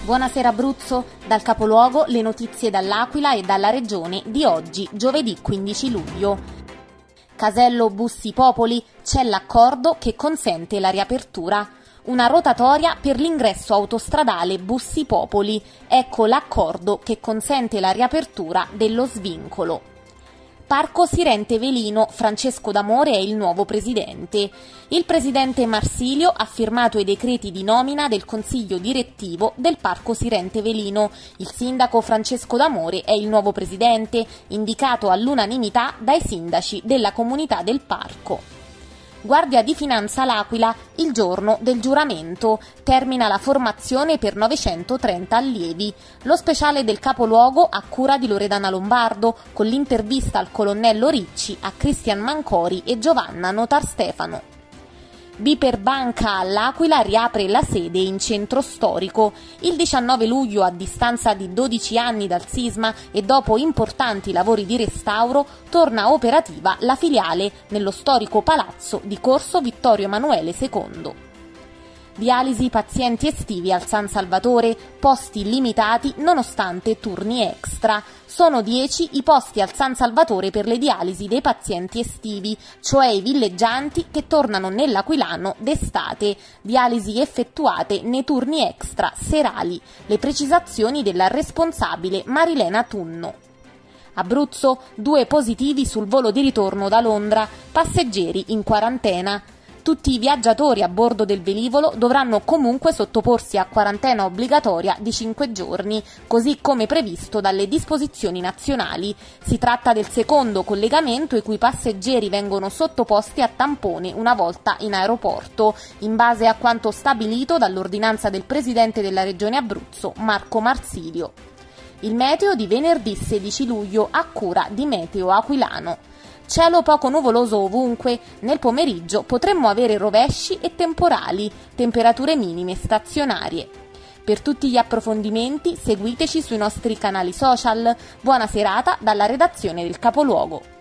Buonasera Abruzzo, dal capoluogo le notizie dall'Aquila e dalla regione di oggi, giovedì 15 luglio. Casello Bussi Popoli, c'è l'accordo che consente la riapertura. Una rotatoria per l'ingresso autostradale Bussi Popoli, ecco l'accordo che consente la riapertura dello svincolo. Parco Sirente Velino, Francesco D'Amore è il nuovo presidente. Il presidente Marsilio ha firmato i decreti di nomina del consiglio direttivo del Parco Sirente Velino. Il sindaco Francesco D'Amore è il nuovo presidente, indicato all'unanimità dai sindaci della comunità del parco. Guardia di Finanza L'Aquila, il giorno del giuramento. Termina la formazione per 930 allievi. Lo speciale del capoluogo a cura di Loredana Lombardo, con l'intervista al colonnello Ricci, a Cristian Mancori e Giovanna Notar Stefano. Biper Banca all'Aquila riapre la sede in centro storico. Il 19 luglio, a distanza di 12 anni dal sisma e dopo importanti lavori di restauro, torna operativa la filiale nello storico palazzo di Corso Vittorio Emanuele II. Dialisi pazienti estivi al San Salvatore, posti limitati nonostante turni extra. Sono 10 i posti al San Salvatore per le dialisi dei pazienti estivi, cioè i villeggianti che tornano nell'Aquilano d'estate. Dialisi effettuate nei turni extra serali. Le precisazioni della responsabile Marilena Tunno. Abruzzo, 2 positivi sul volo di ritorno da Londra, passeggeri in quarantena. Tutti i viaggiatori a bordo del velivolo dovranno comunque sottoporsi a quarantena obbligatoria di 5 giorni, così come previsto dalle disposizioni nazionali. Si tratta del secondo collegamento i cui passeggeri vengono sottoposti a tampone una volta in aeroporto, in base a quanto stabilito dall'ordinanza del presidente della Regione Abruzzo, Marco Marsilio. Il meteo di venerdì 16 luglio a cura di Meteo Aquilano. Cielo poco nuvoloso ovunque, nel pomeriggio potremmo avere rovesci e temporali, temperature minime stazionarie. Per tutti gli approfondimenti seguiteci sui nostri canali social. Buona serata dalla redazione del Capoluogo.